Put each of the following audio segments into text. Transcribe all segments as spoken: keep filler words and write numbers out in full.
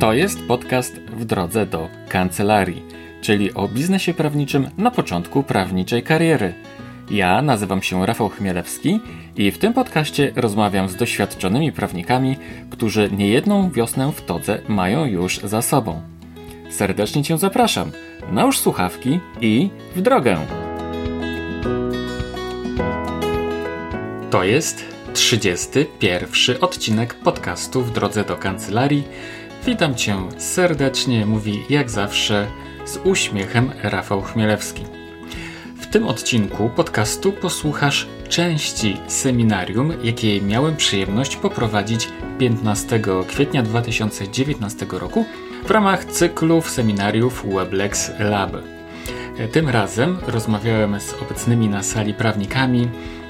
To jest podcast W drodze do kancelarii, czyli o biznesie prawniczym na początku prawniczej kariery. Ja nazywam się Rafał Chmielewski i w tym podcaście rozmawiam z doświadczonymi prawnikami, którzy niejedną wiosnę w todze mają już za sobą. Serdecznie Cię zapraszam, nałóż słuchawki i w drogę! To jest trzydziesty pierwszy odcinek podcastu W drodze do kancelarii. Witam Cię serdecznie, mówi jak zawsze z uśmiechem Rafał Chmielewski. W tym odcinku podcastu posłuchasz części seminarium, jakie miałem przyjemność poprowadzić piętnastego kwietnia dwa tysiące dziewiętnastego roku w ramach cyklów seminariów Weblex Lab. Tym razem rozmawiałem z obecnymi na sali prawnikami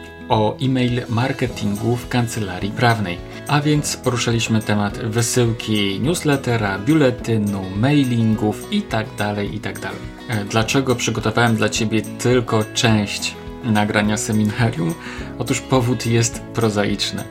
o e-mail marketingu w kancelarii prawnej. A więc poruszaliśmy temat wysyłki newslettera, biuletynu, mailingów itd., itd. Dlaczego przygotowałem dla Ciebie tylko część nagrania seminarium? Otóż powód jest prozaiczny.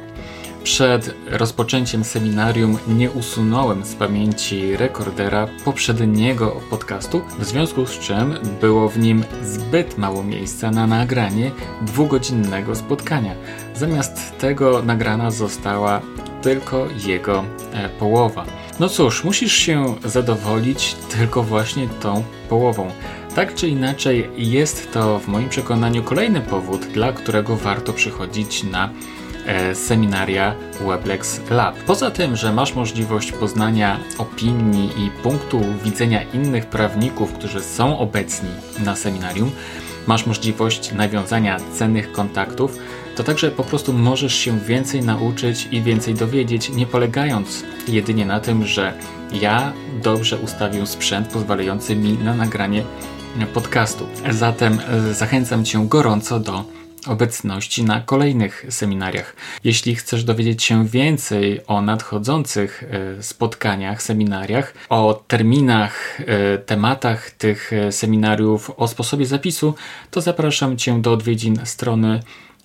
Przed rozpoczęciem seminarium nie usunąłem z pamięci rekordera poprzedniego podcastu, w związku z czym było w nim zbyt mało miejsca na nagranie dwugodzinnego spotkania. Zamiast tego nagrana została tylko jego e, połowa. No cóż, musisz się zadowolić tylko właśnie tą połową. Tak czy inaczej jest to w moim przekonaniu kolejny powód, dla którego warto przychodzić na seminaria Weblex Lab. Poza tym, że masz możliwość poznania opinii i punktu widzenia innych prawników, którzy są obecni na seminarium, masz możliwość nawiązania cennych kontaktów, to także po prostu możesz się więcej nauczyć i więcej dowiedzieć, nie polegając jedynie na tym, że ja dobrze ustawię sprzęt pozwalający mi na nagranie podcastu. Zatem zachęcam Cię gorąco do obecności na kolejnych seminariach. Jeśli chcesz dowiedzieć się więcej o nadchodzących spotkaniach, seminariach, o terminach, tematach tych seminariów, o sposobie zapisu, to zapraszam Cię do odwiedzin strony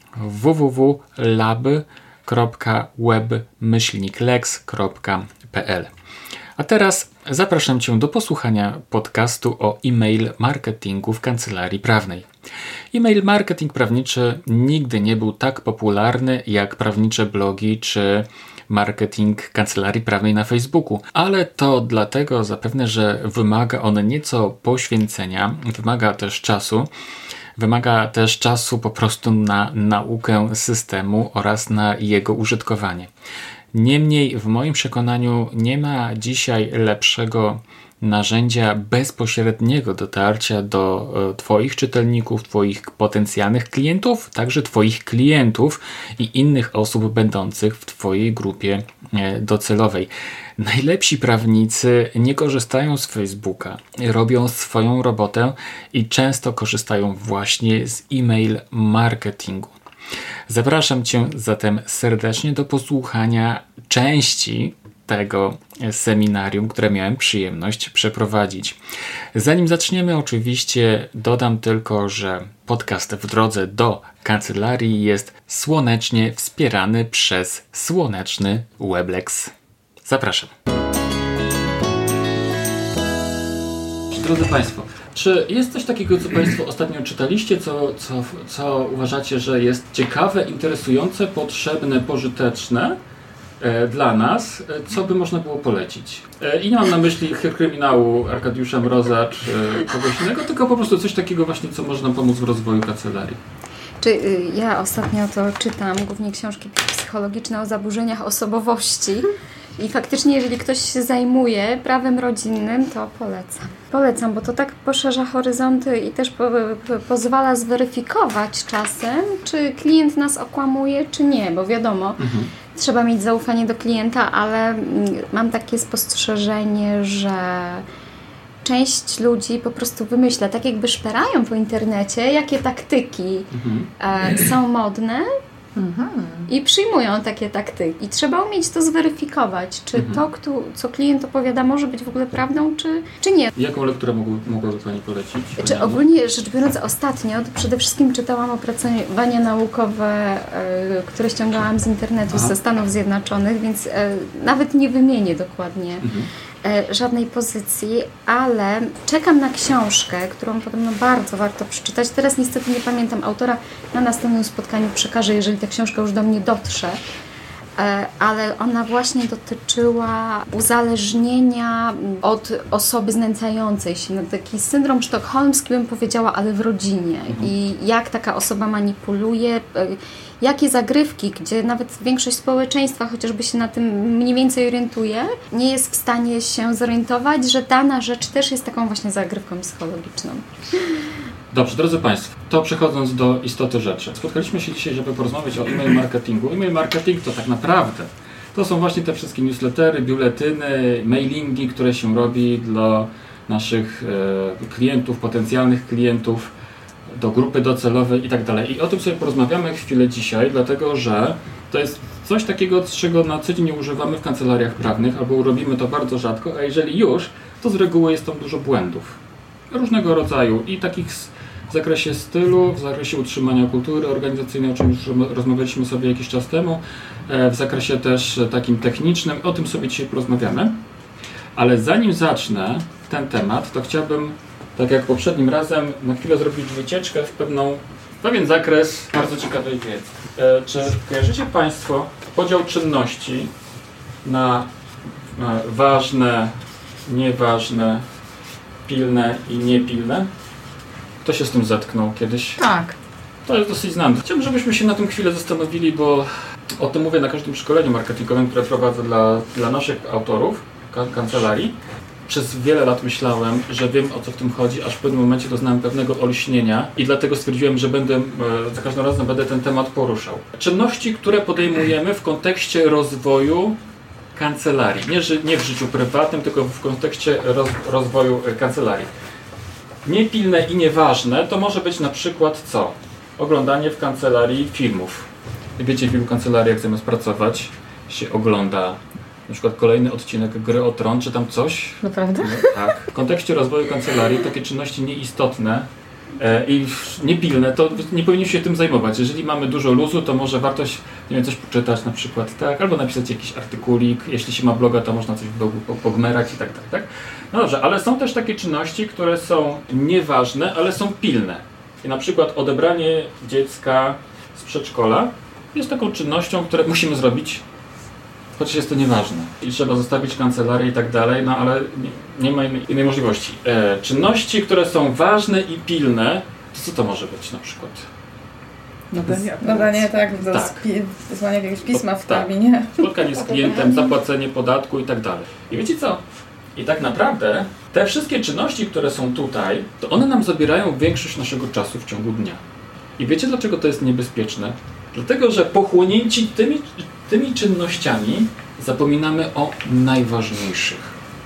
w w w kropka lab kropka web myślnik lex kropka p l. A teraz zapraszam Cię do posłuchania podcastu o e-mail marketingu w kancelarii prawnej. E-mail marketing prawniczy nigdy nie był tak popularny jak prawnicze blogi czy marketing kancelarii prawnej na Facebooku, ale to dlatego zapewne, że wymaga on nieco poświęcenia, wymaga też czasu, wymaga też czasu po prostu na naukę systemu oraz na jego użytkowanie. Niemniej w moim przekonaniu nie ma dzisiaj lepszego narzędzia bezpośredniego dotarcia do e, Twoich czytelników, Twoich potencjalnych klientów, także Twoich klientów i innych osób będących w Twojej grupie e, docelowej. Najlepsi prawnicy nie korzystają z Facebooka, robią swoją robotę i często korzystają właśnie z e-mail marketingu. Zapraszam Cię zatem serdecznie do posłuchania części tego seminarium, które miałem przyjemność przeprowadzić. Zanim zaczniemy, oczywiście dodam tylko, że podcast W drodze do kancelarii jest słonecznie wspierany przez słoneczny Weblex. Zapraszam. Drodzy Państwo, czy jest coś takiego, co Państwo ostatnio czytaliście, co, co, co uważacie, że jest ciekawe, interesujące, potrzebne, pożyteczne e, dla nas, e, co by można było polecić? E, I nie mam na myśli kryminału Arkadiusza Mroza czy kogoś innego, tylko po prostu coś takiego właśnie, co można pomóc w rozwoju kancelarii. Czy y, ja ostatnio to czytam głównie książki psychologiczne o zaburzeniach osobowości. I faktycznie, jeżeli ktoś się zajmuje prawem rodzinnym, to polecam. Polecam, bo to tak poszerza horyzonty i też po, po, pozwala zweryfikować czasem, czy klient nas okłamuje, czy nie, bo wiadomo, mhm. trzeba mieć zaufanie do klienta, ale mam takie spostrzeżenie, że część ludzi po prostu wymyśla, tak jakby szperają po internecie, jakie taktyki mhm. e, są modne, Mhm. i przyjmują takie taktyki. I trzeba umieć to zweryfikować, czy mhm. to, kto, co klient opowiada, może być w ogóle prawdą, czy, czy nie. Jaką lekturę mogły, mogłaby Pani polecić? Czy ogólnie rzecz biorąc, ostatnio to przede wszystkim czytałam opracowania naukowe, y, które ściągałam z internetu, Aha. ze Stanów Zjednoczonych, więc y, nawet nie wymienię dokładnie. Mhm. e, żadnej pozycji, ale czekam na książkę, którą podobno bardzo warto przeczytać. Teraz niestety nie pamiętam autora, na następnym spotkaniu przekażę, jeżeli ta książka już do mnie dotrze. Ale ona właśnie dotyczyła uzależnienia od osoby znęcającej się. No, taki syndrom sztokholmski, bym powiedziała, ale w rodzinie. Mhm. I jak taka osoba manipuluje, jakie zagrywki, gdzie nawet większość społeczeństwa, chociażby się na tym mniej więcej orientuje, nie jest w stanie się zorientować, że dana rzecz też jest taką właśnie zagrywką psychologiczną. Dobrze, drodzy Państwo, to przechodząc do istoty rzeczy. Spotkaliśmy się dzisiaj, żeby porozmawiać o e-mail marketingu. E-mail marketing to tak naprawdę, to są właśnie te wszystkie newslettery, biuletyny, mailingi, które się robi dla naszych e, klientów, potencjalnych klientów, do grupy docelowej i tak dalej. I o tym sobie porozmawiamy chwilę dzisiaj, dlatego że to jest coś takiego, czego na co dzień nie używamy w kancelariach prawnych, albo robimy to bardzo rzadko, a jeżeli już, to z reguły jest tam dużo błędów. Różnego rodzaju i takich w zakresie stylu, w zakresie utrzymania kultury organizacyjnej, o czym już rozmawialiśmy sobie jakiś czas temu, w zakresie też takim technicznym, o tym sobie dzisiaj porozmawiamy. Ale zanim zacznę ten temat, to chciałbym, tak jak poprzednim razem, na chwilę zrobić wycieczkę w, pewną, w pewien zakres bardzo ciekawej wiedzy. Czy kojarzycie Państwo podział czynności na ważne, nieważne, pilne i niepilne? Kto się z tym zetknął kiedyś? Tak. To jest dosyć znane. Chciałbym, żebyśmy się na tym chwilę zastanowili, bo o tym mówię na każdym szkoleniu marketingowym, które prowadzę dla, dla naszych autorów, kan- kancelarii. Przez wiele lat myślałem, że wiem, o co w tym chodzi, aż w pewnym momencie doznałem pewnego olśnienia i dlatego stwierdziłem, że będę, za każdym razem będę ten temat poruszał. Czynności, które podejmujemy w kontekście rozwoju kancelarii. Nie, że, nie w życiu prywatnym, tylko w kontekście roz, rozwoju kancelarii. Niepilne i nieważne to może być na przykład co? Oglądanie w kancelarii filmów. Wiecie, w wielu kancelariach zamiast pracować się ogląda na przykład kolejny odcinek Gry o Tron, czy tam coś. Naprawdę? No, tak. W kontekście rozwoju kancelarii takie czynności nieistotne e, i niepilne, to nie powinniśmy się tym zajmować. Jeżeli mamy dużo luzu, to może warto nie wiem, coś poczytać na przykład, tak, albo napisać jakiś artykulik. Jeśli się ma bloga, to można coś w blogu pogmerać i tak, tak, tak. No dobrze, ale są też takie czynności, które są nieważne, ale są pilne. I na przykład odebranie dziecka z przedszkola jest taką czynnością, którą musimy zrobić, chociaż jest to nieważne. I trzeba zostawić kancelarię i tak dalej, no ale nie, nie ma innej, innej możliwości. E, czynności, które są ważne i pilne, to co to może być na przykład? Nadanie, nadanie tak, do tak. wysłania jakiegoś pisma w tak. terminie. Spotkanie z klientem, zapłacenie podatku i tak dalej. I wiecie co? I tak naprawdę te wszystkie czynności, które są tutaj, to one nam zabierają większość naszego czasu w ciągu dnia. I wiecie, dlaczego to jest niebezpieczne? Dlatego, że pochłonięci tymi, tymi czynnościami zapominamy o najważniejszych.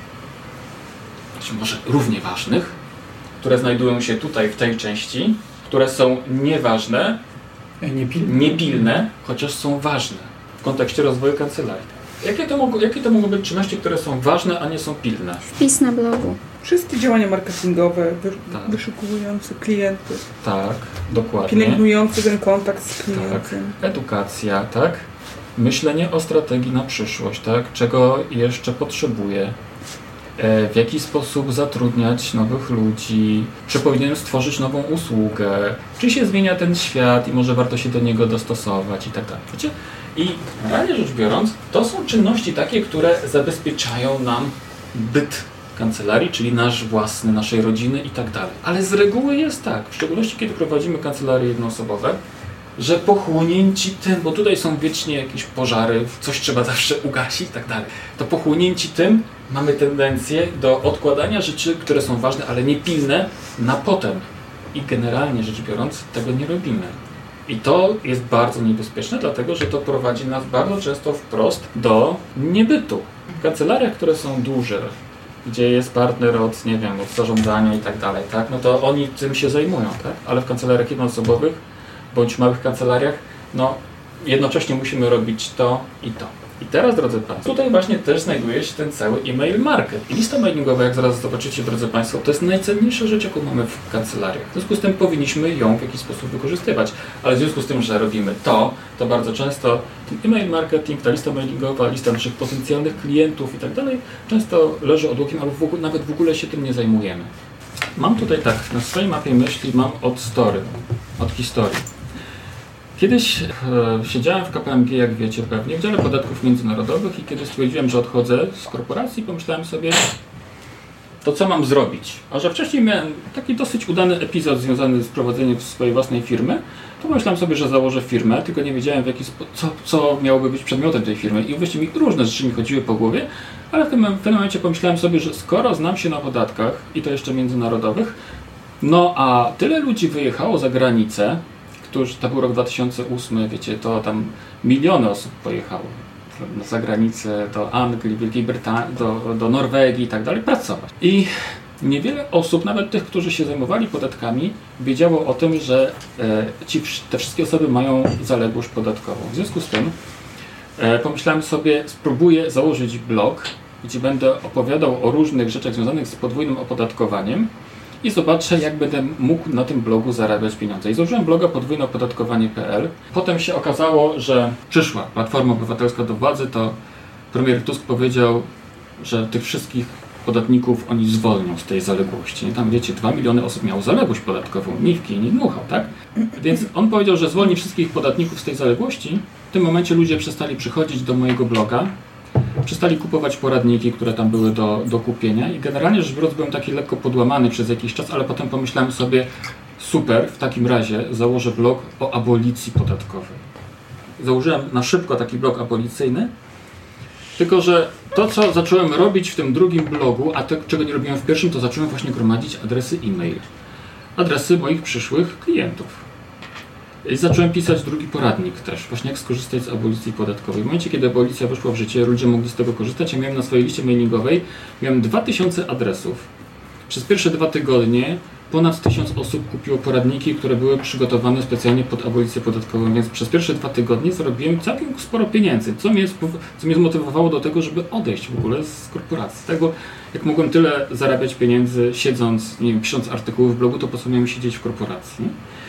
Znaczy może równie ważnych, które znajdują się tutaj w tej części, które są nieważne, niepilne, niepilne chociaż są ważne w kontekście rozwoju kancelarii. Jakie to, mogą, jakie to mogą być czynności, które są ważne, a nie są pilne? Wpis na blogu. Wszystkie działania marketingowe, wy, tak. wyszukujące klientów. Tak, dokładnie. Pielęgnujące ten kontakt z klientem. Tak. Edukacja, tak? Myślenie o strategii na przyszłość, tak? Czego jeszcze potrzebuję? E, w jaki sposób zatrudniać nowych ludzi? Czy powinienem stworzyć nową usługę? Czy się zmienia ten świat i może warto się do niego dostosować i tak dalej? Wiecie? I realnie rzecz biorąc, to są czynności takie, które zabezpieczają nam byt kancelarii, czyli nasz własny, naszej rodziny i tak dalej. Ale z reguły jest tak, w szczególności kiedy prowadzimy kancelarie jednoosobowe, że pochłonięci tym, bo tutaj są wiecznie jakieś pożary, coś trzeba zawsze ugasić i tak dalej, to pochłonięci tym mamy tendencję do odkładania rzeczy, które są ważne, ale nie pilne, na potem. I generalnie rzecz biorąc, tego nie robimy. I to jest bardzo niebezpieczne, dlatego że to prowadzi nas bardzo często wprost do niebytu. W kancelariach, które są duże, gdzie jest partner od, nie wiem, od zarządzania i tak dalej, tak, no to oni tym się zajmują, tak? Ale w kancelariach jednoosobowych bądź małych kancelariach, no jednocześnie musimy robić to i to. I teraz, drodzy Państwo, tutaj właśnie też znajduje się ten cały e-mail market. I lista mailingowa, jak zaraz zobaczycie, drodzy Państwo, to jest najcenniejsza rzecz, jaką mamy w kancelariach. W związku z tym powinniśmy ją w jakiś sposób wykorzystywać. Ale w związku z tym, że robimy to, to bardzo często ten e-mail marketing, ta lista mailingowa, lista naszych potencjalnych klientów i tak dalej, często leży odłokiem, albo w ogóle, nawet w ogóle się tym nie zajmujemy. Mam tutaj tak, na swojej mapie myśli mam od story, od historii. Kiedyś e, siedziałem w K P M G, jak wiecie pewnie, w dziale podatków międzynarodowych i kiedy stwierdziłem, że odchodzę z korporacji, pomyślałem sobie, to co mam zrobić? A że wcześniej miałem taki dosyć udany epizod związany z prowadzeniem swojej własnej firmy, to pomyślałem sobie, że założę firmę, tylko nie wiedziałem w jaki spo- co, co miałoby być przedmiotem tej firmy i właściwie mi różne rzeczy mi chodziły po głowie, ale w tym, w tym momencie pomyślałem sobie, że skoro znam się na podatkach i to jeszcze międzynarodowych, no a tyle ludzi wyjechało za granicę, którzy, to był rok dwa tysiące ósmy, wiecie, to tam miliony osób pojechało za granicę, do Anglii, Wielkiej Brytanii, do, do Norwegii i tak dalej, pracować. I niewiele osób, nawet tych, którzy się zajmowali podatkami, wiedziało o tym, że e, ci, te wszystkie osoby mają zaległość podatkową. W związku z tym e, pomyślałem sobie, spróbuję założyć blog, gdzie będę opowiadał o różnych rzeczach związanych z podwójnym opodatkowaniem i zobaczę, jak będę mógł na tym blogu zarabiać pieniądze. I założyłem bloga podwójne opodatkowanie kropka p l. Potem się okazało, że przyszła Platforma Obywatelska do władzy, to premier Tusk powiedział, że tych wszystkich podatników oni zwolnią z tej zaległości. Tam wiecie, dwa miliony osób miało zaległość podatkową, ni w kij, ni dmuchał, tak? Więc on powiedział, że zwolni wszystkich podatników z tej zaległości. W tym momencie ludzie przestali przychodzić do mojego bloga, przestali kupować poradniki, które tam były do, do kupienia i generalnie rzecz biorąc byłem taki lekko podłamany przez jakiś czas, ale potem pomyślałem sobie, super, w takim razie założę blog o abolicji podatkowej. Założyłem na szybko taki blog abolicyjny, tylko że to, co zacząłem robić w tym drugim blogu, a to, czego nie robiłem w pierwszym, to zacząłem właśnie gromadzić adresy e-mail. Adresy moich przyszłych klientów. I zacząłem pisać drugi poradnik też, właśnie jak skorzystać z abolicji podatkowej. W momencie, kiedy abolicja weszła w życie, ludzie mogli z tego korzystać. Ja miałem na swojej liście mailingowej miałem dwa tysiące adresów. Przez pierwsze dwa tygodnie ponad tysiąc osób kupiło poradniki, które były przygotowane specjalnie pod abolicję podatkową, więc przez pierwsze dwa tygodnie zarobiłem całkiem sporo pieniędzy, co mnie, co mnie zmotywowało do tego, żeby odejść w ogóle z korporacji. Tak, bo jak mogłem tyle zarabiać pieniędzy siedząc, nie wiem, pisząc artykuły w blogu, to po co miałem siedzieć w korporacji? Nie?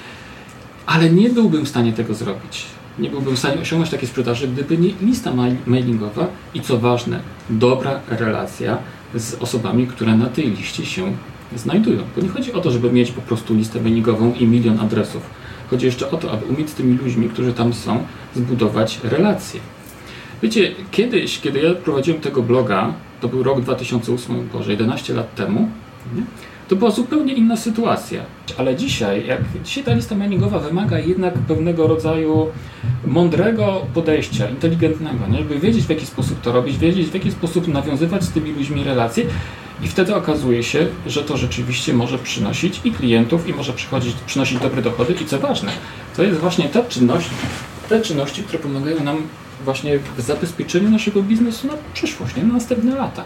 Ale nie byłbym w stanie tego zrobić. Nie byłbym w stanie osiągnąć takiej sprzedaży, gdyby nie lista mailingowa i co ważne, dobra relacja z osobami, które na tej liście się znajdują. Bo nie chodzi o to, żeby mieć po prostu listę mailingową i milion adresów. Chodzi jeszcze o to, aby umieć z tymi ludźmi, którzy tam są, zbudować relacje. Wiecie, kiedyś, kiedy ja prowadziłem tego bloga, to był rok dwa tysiące ósmy, Boże, jedenaście lat temu, nie? To była zupełnie inna sytuacja. Ale dzisiaj, jak dzisiaj ta lista mailingowa wymaga jednak pewnego rodzaju mądrego podejścia, inteligentnego, nie? Żeby wiedzieć, w jaki sposób to robić, wiedzieć, w jaki sposób nawiązywać z tymi ludźmi relacje i wtedy okazuje się, że to rzeczywiście może przynosić i klientów, i może przychodzić, przynosić dobre dochody i co ważne, to jest właśnie ta czynność, te czynności, które pomagają nam właśnie w zabezpieczeniu naszego biznesu na przyszłość, nie? Na następne lata.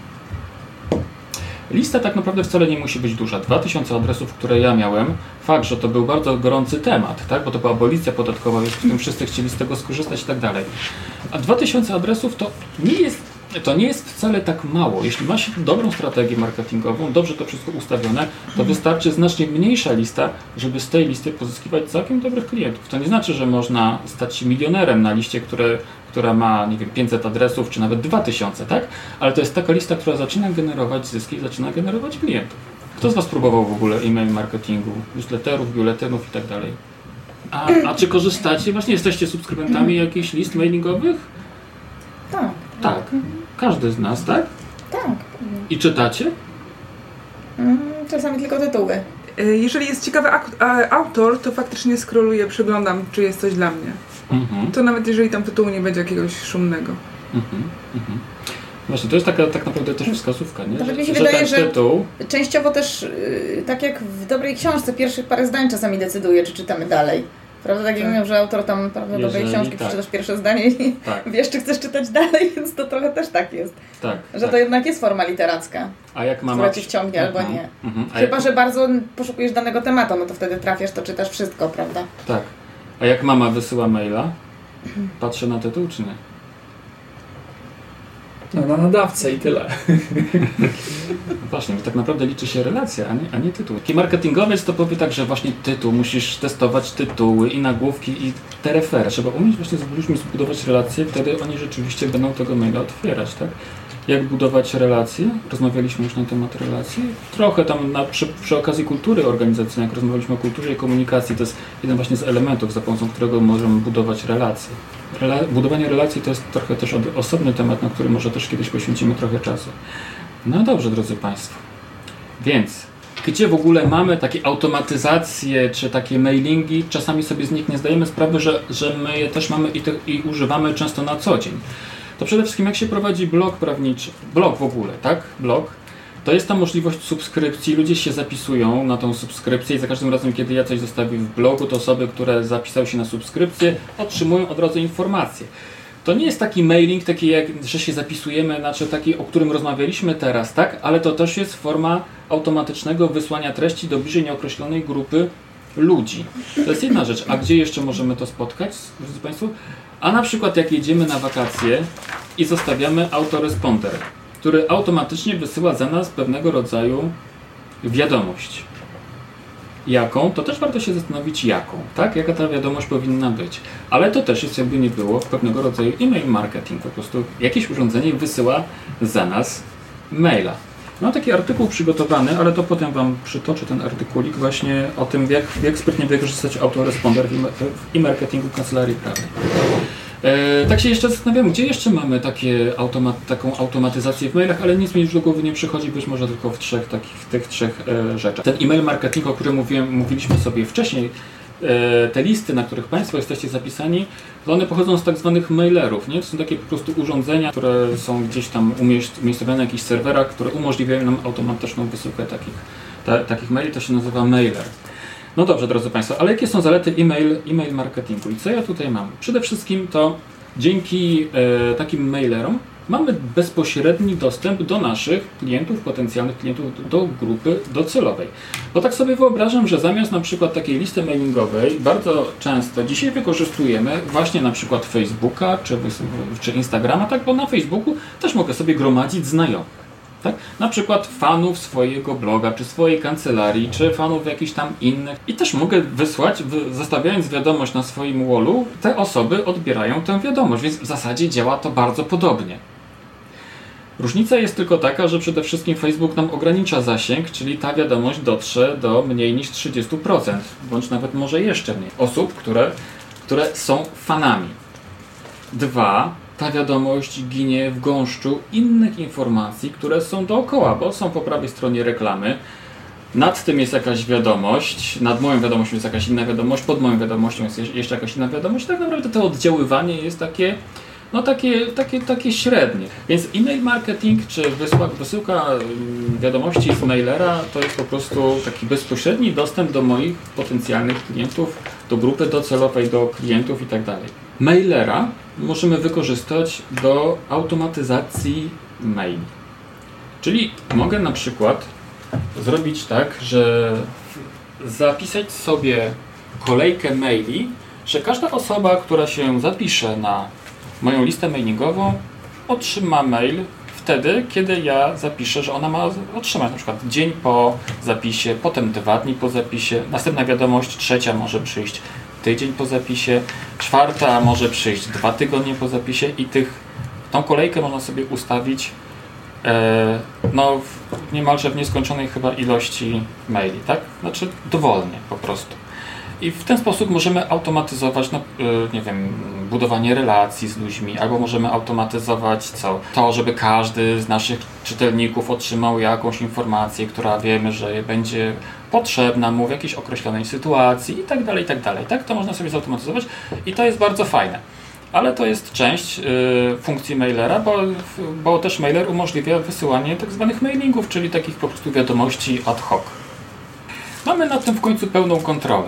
Lista tak naprawdę wcale nie musi być duża. dwa tysiące adresów, które ja miałem, fakt, że to był bardzo gorący temat, tak? Bo to była abolicja podatkowa, w tym wszyscy chcieli z tego skorzystać i tak dalej. A dwa tysiące adresów to nie jest, to nie jest wcale tak mało. Jeśli ma się dobrą strategię marketingową, dobrze to wszystko ustawione, to wystarczy znacznie mniejsza lista, żeby z tej listy pozyskiwać całkiem dobrych klientów. To nie znaczy, że można stać się milionerem na liście, które która ma, nie wiem, pięćset adresów, czy nawet dwa tysiące, tak? Ale to jest taka lista, która zaczyna generować zyski, zaczyna generować klientów. Kto z Was próbował w ogóle e-mail marketingu, newsletterów, biuletynów i tak dalej? A, a czy korzystacie? Właśnie jesteście subskrybentami jakichś list mailingowych? Tak. Tak. Każdy z nas, tak? Tak. I czytacie? Czasami tylko tytuły. Jeżeli jest ciekawy autor, to faktycznie scrolluję, przeglądam, czy jest coś dla mnie. Mhm. To nawet jeżeli tam tytułu nie będzie jakiegoś szumnego. Mhm. Mhm. Właśnie, to jest taka tak naprawdę też wskazówka, nie? To że, mi się że wydaje, ten że tytuł... częściowo też, yy, tak jak w dobrej książce, pierwszych parę zdań czasami decyduje, czy czytamy dalej. Prawda? Tak jak mówią, że autor tam prawda, dobrej książki tak. Przeczytasz pierwsze zdanie i tak. Wiesz, czy chcesz czytać dalej, więc to trochę też tak jest. Tak, że tak. To jednak jest forma literacka, a jak mama... która cię wciągnie uh-huh. albo nie. Uh-huh. Chyba, jak... że bardzo poszukujesz danego tematu, no to wtedy trafiasz, to czytasz wszystko, prawda? Tak. A jak mama wysyła maila, patrzę na tytuł, czy nie? No, na nadawcę i tyle. Właśnie, bo tak naprawdę liczy się relacja, a nie, a nie tytuł. Taki marketingowiec to powie tak, że właśnie tytuł, musisz testować tytuły i nagłówki i te refery. Trzeba umieć właśnie z ludźmi zbudować relacje, wtedy oni rzeczywiście będą tego maila otwierać, tak? Jak budować relacje? Rozmawialiśmy już na temat relacji. Trochę tam na, przy, przy okazji kultury organizacyjnej, jak rozmawialiśmy o kulturze i komunikacji, to jest jeden właśnie z elementów, za pomocą którego możemy budować relacje. Rela- budowanie relacji to jest trochę też od, osobny temat, na który może też kiedyś poświęcimy trochę czasu. No dobrze, drodzy Państwo. Więc, gdzie w ogóle mamy takie automatyzacje, czy takie mailingi, czasami sobie z nich nie zdajemy sprawy, że, że my je też mamy i, te, i używamy często na co dzień. To przede wszystkim jak się prowadzi blog prawniczy, blog w ogóle, tak? Blog, to jest ta możliwość subskrypcji, ludzie się zapisują na tą subskrypcję i za każdym razem, kiedy ja coś zostawię w blogu, to osoby, które zapisały się na subskrypcję, otrzymują od razu informacje. To nie jest taki mailing, taki jak, że się zapisujemy, znaczy taki, o którym rozmawialiśmy teraz, tak? Ale to też jest forma automatycznego wysłania treści do bliżej nieokreślonej grupy ludzi. To jest jedna rzecz. A gdzie jeszcze możemy to spotkać, drodzy Państwo? A na przykład jak jedziemy na wakacje i zostawiamy autoresponder, który automatycznie wysyła za nas pewnego rodzaju wiadomość. Jaką? To też warto się zastanowić jaką, tak? Jaka ta wiadomość powinna być. Ale to też jest, jakby nie było, pewnego rodzaju e-mail marketing. Po prostu jakieś urządzenie wysyła za nas maila. Mam taki artykuł przygotowany, ale to potem Wam przytoczę ten artykulik właśnie o tym, jak, jak sprytnie wykorzystać autoresponder w e-marketingu kancelarii prawnej. E, tak się jeszcze zastanawiam, gdzie jeszcze mamy takie automat, taką automatyzację w mailach, ale nic mi już do głowy nie przychodzi, być może tylko w trzech takich, w tych trzech e, rzeczach. Ten e-mail marketing, o którym mówiłem, mówiliśmy sobie wcześniej, e, te listy, na których Państwo jesteście zapisani, to one pochodzą z tak zwanych mailerów, nie? To są takie po prostu urządzenia, które są gdzieś tam umiejscowione na jakichś serwerach, które umożliwiają nam automatyczną wysyłkę takich, ta, takich maili, to się nazywa mailer. No dobrze, drodzy Państwo, ale jakie są zalety e-mail, e-mail marketingu i co ja tutaj mam? Przede wszystkim to dzięki e, takim mailerom mamy bezpośredni dostęp do naszych klientów, potencjalnych klientów, do grupy docelowej. Bo tak sobie wyobrażam, że zamiast na przykład takiej listy mailingowej bardzo często dzisiaj wykorzystujemy właśnie na przykład Facebooka czy, czy Instagrama, tak, bo na Facebooku też mogę sobie gromadzić znajomych. Tak? Na przykład fanów swojego bloga, czy swojej kancelarii, czy fanów jakichś tam innych. I też mogę wysłać, zostawiając wiadomość na swoim wallu, te osoby odbierają tę wiadomość, więc w zasadzie działa to bardzo podobnie. Różnica jest tylko taka, że przede wszystkim Facebook nam ogranicza zasięg, czyli ta wiadomość dotrze do mniej niż trzydzieści procent, bądź nawet może jeszcze mniej osób, które, które są fanami. Dwa, ta wiadomość ginie w gąszczu innych informacji, które są dookoła, bo są po prawej stronie reklamy. Nad tym jest jakaś wiadomość, nad moją wiadomością jest jakaś inna wiadomość, pod moją wiadomością jest jeszcze jakaś inna wiadomość. Tak naprawdę to oddziaływanie jest takie, no takie, takie, takie średnie. Więc e-mail marketing czy wysła, wysyłka wiadomości z mailera to jest po prostu taki bezpośredni dostęp do moich potencjalnych klientów, do grupy docelowej, do klientów i tak dalej. Mailera możemy wykorzystać do automatyzacji maili. Czyli mogę na przykład zrobić tak, że zapisać sobie kolejkę maili, że każda osoba, która się zapisze na moją listę mailingową, otrzyma mail wtedy, kiedy ja zapiszę, że ona ma otrzymać na przykład dzień po zapisie, potem dwa dni po zapisie, następna wiadomość, trzecia może przyjść tydzień po zapisie, czwarta może przyjść dwa tygodnie po zapisie i tych, tą kolejkę można sobie ustawić e, no, w niemalże w nieskończonej chyba ilości maili, tak? Znaczy dowolnie po prostu. I w ten sposób możemy automatyzować, no, nie wiem, budowanie relacji z ludźmi, albo możemy automatyzować co? To, żeby każdy z naszych czytelników otrzymał jakąś informację, która wiemy, że będzie potrzebna mu w jakiejś określonej sytuacji i tak dalej, i tak dalej. Tak, to można sobie zautomatyzować i to jest bardzo fajne. Ale to jest część y, funkcji mailera, bo, bo też mailer umożliwia wysyłanie tak zwanych mailingów, czyli takich po prostu wiadomości ad hoc. Mamy nad tym w końcu pełną kontrolę.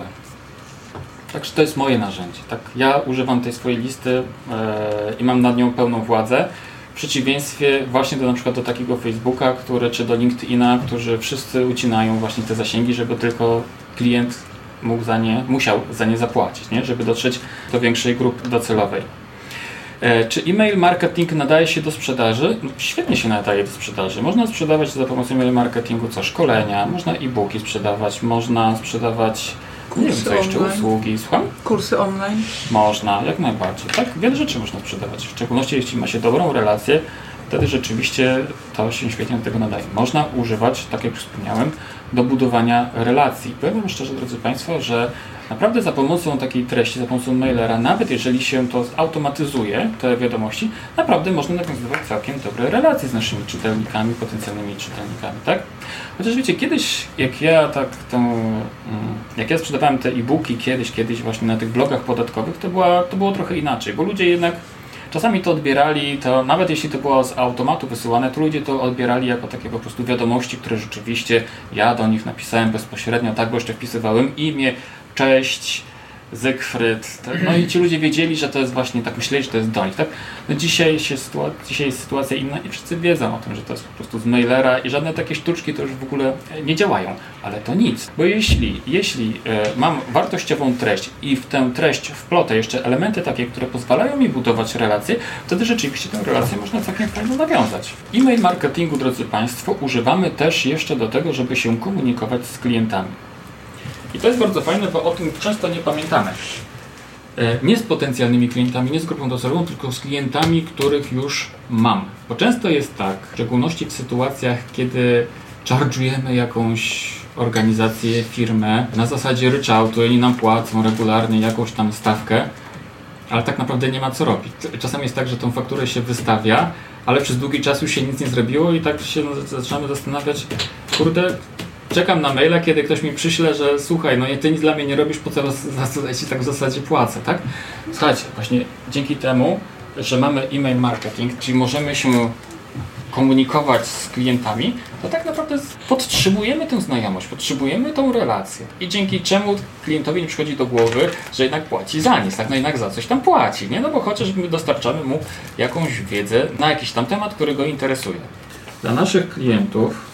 Także to jest moje narzędzie. Tak? Ja używam tej swojej listy yy, i mam nad nią pełną władzę. W przeciwieństwie właśnie do na przykład do takiego Facebooka, który, czy do LinkedIna, którzy wszyscy ucinają właśnie te zasięgi, żeby tylko klient mógł za nie, musiał za nie zapłacić, nie? Żeby dotrzeć do większej grupy docelowej. E, czy e-mail marketing nadaje się do sprzedaży? No, świetnie się nadaje do sprzedaży. Można sprzedawać za pomocą e-mail marketingu co szkolenia, można e-booki sprzedawać, można sprzedawać nie wiem, co jeszcze, usługi. Słucham? Kursy online? Można, jak najbardziej. Tak, wiele rzeczy można sprzedawać. W szczególności jeśli ma się dobrą relację, wtedy rzeczywiście to się świetnie do tego nadaje. Można używać, tak jak już wspomniałem, do budowania relacji. Powiem wam szczerze, drodzy Państwo, że naprawdę za pomocą takiej treści, za pomocą mailera, nawet jeżeli się to zautomatyzuje, te wiadomości, naprawdę można nawiązywać całkiem dobre relacje z naszymi czytelnikami, potencjalnymi czytelnikami, tak? Chociaż wiecie, kiedyś, jak ja tak tą, jak ja sprzedawałem te e-booki kiedyś, kiedyś właśnie na tych blogach podatkowych, to, była, to było trochę inaczej, bo ludzie jednak czasami to odbierali, to nawet jeśli to było z automatu wysyłane, to ludzie to odbierali jako takie po prostu wiadomości, które rzeczywiście ja do nich napisałem bezpośrednio, tak, bo jeszcze wpisywałem imię, cześć, Zygfryd, tak? No i ci ludzie wiedzieli, że to jest właśnie, tak myśleli, że to jest do nich, tak? No dzisiaj, się sytuacja, dzisiaj jest sytuacja inna i wszyscy wiedzą o tym, że to jest po prostu z mailera i żadne takie sztuczki to już w ogóle nie działają, ale to nic, bo jeśli, jeśli e, mam wartościową treść i w tę treść wplotę jeszcze elementy takie, które pozwalają mi budować relacje, wtedy rzeczywiście tę relację można całkiem fajnie nawiązać. E-mail marketingu, drodzy Państwo, używamy też jeszcze do tego, żeby się komunikować z klientami. I to jest bardzo fajne, bo o tym często nie pamiętamy. Nie z potencjalnymi klientami, nie z grupą docelową, tylko z klientami, których już mam. Bo często jest tak, w szczególności w sytuacjach, kiedy charge'ujemy jakąś organizację, firmę, na zasadzie ryczałtu, oni nam płacą regularnie jakąś tam stawkę, ale tak naprawdę nie ma co robić. Czasem jest tak, że tą fakturę się wystawia, ale przez długi czas już się nic nie zrobiło i tak się zaczynamy zastanawiać, kurde, czekam na maila, kiedy ktoś mi przyśle, że słuchaj, no ty nic dla mnie nie robisz, po co ja ci tak w zasadzie płacę, tak? Słuchajcie, właśnie dzięki temu, że mamy e-mail marketing, czyli możemy się komunikować z klientami, to tak naprawdę podtrzymujemy tę znajomość, podtrzymujemy tą relację i dzięki czemu klientowi nie przychodzi do głowy, że jednak płaci za nic, tak? No jednak za coś tam płaci, nie? No bo chociaż my dostarczamy mu jakąś wiedzę na jakiś tam temat, który go interesuje. Dla naszych klientów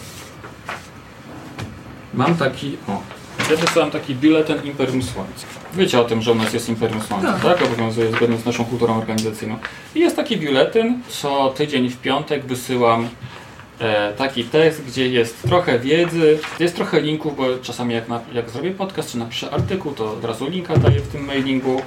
mam taki, o, ja wysyłam taki biuletyn Imperium Słońca. Wiecie o tym, że u nas jest Imperium Słońca, tak? tak? Obowiązuje zgodnie z naszą kulturą organizacyjną. I jest taki biuletyn, co tydzień w piątek wysyłam e, taki tekst, gdzie jest trochę wiedzy, jest trochę linków, bo czasami jak, na, jak zrobię podcast czy napiszę artykuł, to od razu linka daję w tym mailingu.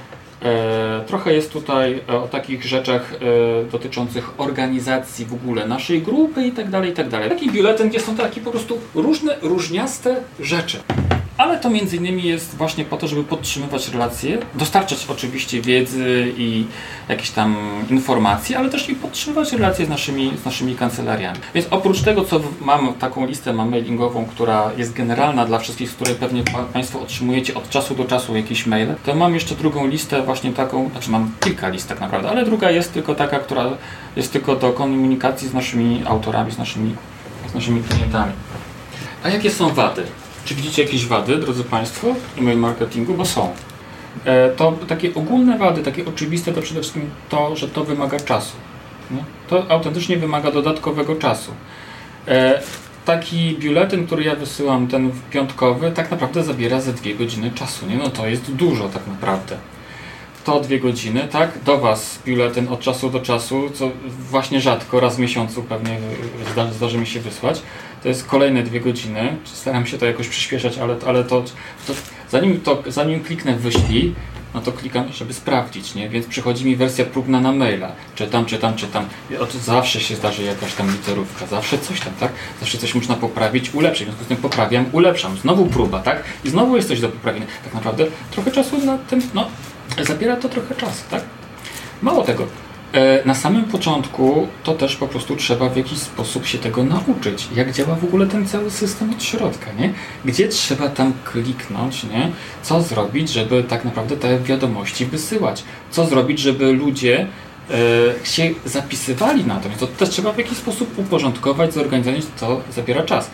E, trochę jest tutaj o takich rzeczach e, dotyczących organizacji w ogóle naszej grupy i tak dalej, i tak dalej. Taki biuletyn, gdzie są takie po prostu różne, różniaste rzeczy. Ale to między innymi jest właśnie po to, żeby podtrzymywać relacje, dostarczać oczywiście wiedzy i jakieś tam informacje, ale też i podtrzymywać relacje z naszymi, z naszymi kancelariami. Więc oprócz tego, co mam taką listę mam mailingową, która jest generalna dla wszystkich, z której pewnie Państwo otrzymujecie od czasu do czasu jakieś maile, to mam jeszcze drugą listę właśnie taką, znaczy mam kilka list tak naprawdę, ale druga jest tylko taka, która jest tylko do komunikacji z naszymi autorami, z naszymi, z naszymi klientami. A jakie są wady? Czy widzicie jakieś wady, drodzy Państwo, e-mail marketingu? Bo są. E, to takie ogólne wady, takie oczywiste, to przede wszystkim to, że to wymaga czasu. Nie? To autentycznie wymaga dodatkowego czasu. E, taki biuletyn, który ja wysyłam, ten piątkowy, tak naprawdę zabiera ze dwie godziny czasu. Nie? No to jest dużo tak naprawdę. To dwie godziny, tak? Do Was biuletyn od czasu do czasu, co właśnie rzadko, raz w miesiącu pewnie zda, zdarzy mi się wysłać. To jest kolejne dwie godziny. Staram się to jakoś przyspieszać, ale, ale to, to, zanim to zanim kliknę wyślij, no to klikam, żeby sprawdzić, nie? Więc przychodzi mi wersja próbna na maila. Czytam, czytam, czytam. I zawsze się zdarzy jakaś tam literówka, zawsze coś tam, tak? Zawsze coś można poprawić, ulepszyć. W związku z tym poprawiam, ulepszam. Znowu próba, tak? I znowu jest coś do poprawienia. Tak naprawdę trochę czasu na tym, no, zabiera to trochę czasu, tak? Mało tego. Na samym początku to też po prostu trzeba w jakiś sposób się tego nauczyć. Jak działa w ogóle ten cały system od środka, nie? Gdzie trzeba tam kliknąć, nie? Co zrobić, żeby tak naprawdę te wiadomości wysyłać? Co zrobić, żeby ludzie e, się zapisywali na to? Więc to też trzeba w jakiś sposób uporządkować, zorganizować, to zabiera czas.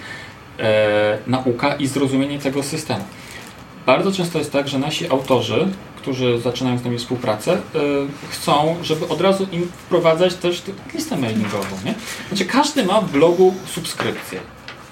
E, nauka i zrozumienie tego systemu. Bardzo często jest tak, że nasi autorzy, którzy zaczynają z nami współpracę, yy, chcą, żeby od razu im wprowadzać też listę mailingową, nie? Znaczy każdy ma w blogu subskrypcję.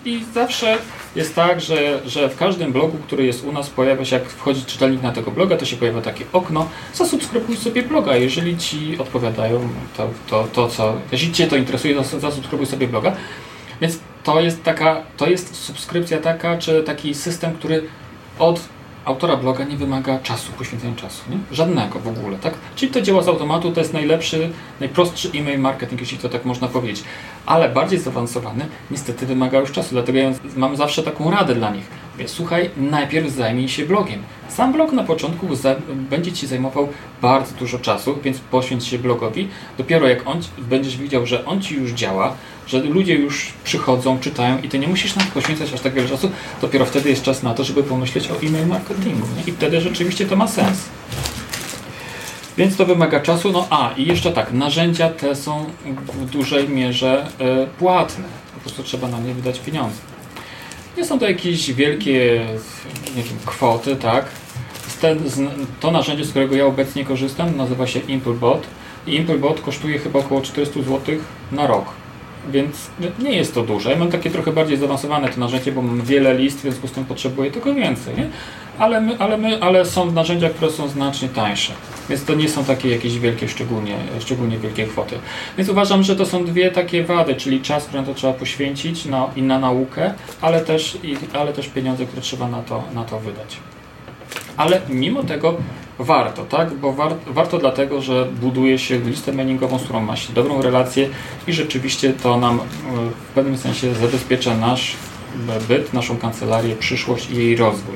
I zawsze jest tak, że, że w każdym blogu, który jest u nas, pojawia się, jak wchodzi czytelnik na tego bloga, to się pojawia takie okno, zasubskrybuj sobie bloga. Jeżeli Ci odpowiadają to, to, to co, jeśli Cię to interesuje, to zasubskrybuj sobie bloga. Więc to jest taka, to jest subskrypcja taka, czy taki system, który od autora bloga nie wymaga czasu, poświęcenia czasu, nie? Żadnego w ogóle, tak? Czyli to działa z automatu, to jest najlepszy, najprostszy e-mail marketing, jeśli to tak można powiedzieć. Ale bardziej zaawansowany niestety wymaga już czasu, dlatego ja mam zawsze taką radę dla nich. Mówię, słuchaj, najpierw zajmij się blogiem. Sam blog na początku za, będzie Ci zajmował bardzo dużo czasu, więc poświęć się blogowi. Dopiero jak on, będziesz widział, że on Ci już działa, że ludzie już przychodzą, czytają i Ty nie musisz na to poświęcać aż tak wiele czasu, dopiero wtedy jest czas na to, żeby pomyśleć o e-mail marketingu. Nie? I wtedy rzeczywiście to ma sens. Więc to wymaga czasu. No a, i jeszcze tak, narzędzia te są w dużej mierze y, płatne. Po prostu trzeba na nie wydać pieniądze. Nie są to jakieś wielkie, nie wiem, kwoty, tak? Ten, to narzędzie, z którego ja obecnie korzystam, nazywa się ImpulBot. I ImpulBot kosztuje chyba około czterysta złotych na rok. Więc nie jest to duże. Ja mam takie trochę bardziej zaawansowane to narzędzie, bo mam wiele list, w związku z tym potrzebuję tego więcej. Nie? Ale, my, ale, my, ale są narzędzia, które są znacznie tańsze. Więc to nie są takie jakieś wielkie, szczególnie, szczególnie wielkie kwoty. Więc uważam, że to są dwie takie wady, czyli czas, który na to trzeba poświęcić no, i na naukę, ale też, i, ale też pieniądze, które trzeba na to, na to wydać. Ale mimo tego warto, tak? Bo war, warto dlatego, że buduje się listę mailingową, z którą ma się dobrą relację i rzeczywiście to nam w pewnym sensie zabezpiecza nasz byt, naszą kancelarię, przyszłość i jej rozwój.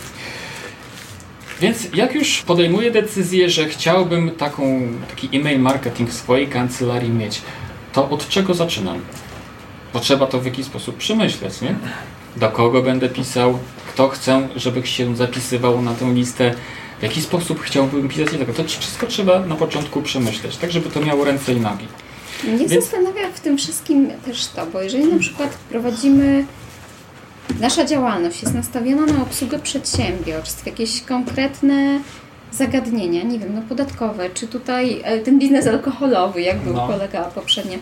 Więc jak już podejmuję decyzję, że chciałbym taką, taki e-mail marketing w swojej kancelarii mieć, to od czego zaczynam? Bo trzeba to w jakiś sposób przemyśleć, nie? Do kogo będę pisał, kto chcę, żeby się zapisywał na tę listę, w jaki sposób chciałbym pisać i tego. To wszystko trzeba na początku przemyśleć, tak żeby to miało ręce i nogi. Mnie Więc... zastanawia w tym wszystkim też to, bo jeżeli na przykład prowadzimy, nasza działalność jest nastawiona na obsługę przedsiębiorstw, jakieś konkretne zagadnienia, nie wiem, no podatkowe, czy tutaj ten biznes alkoholowy, jak był no. kolega poprzednio,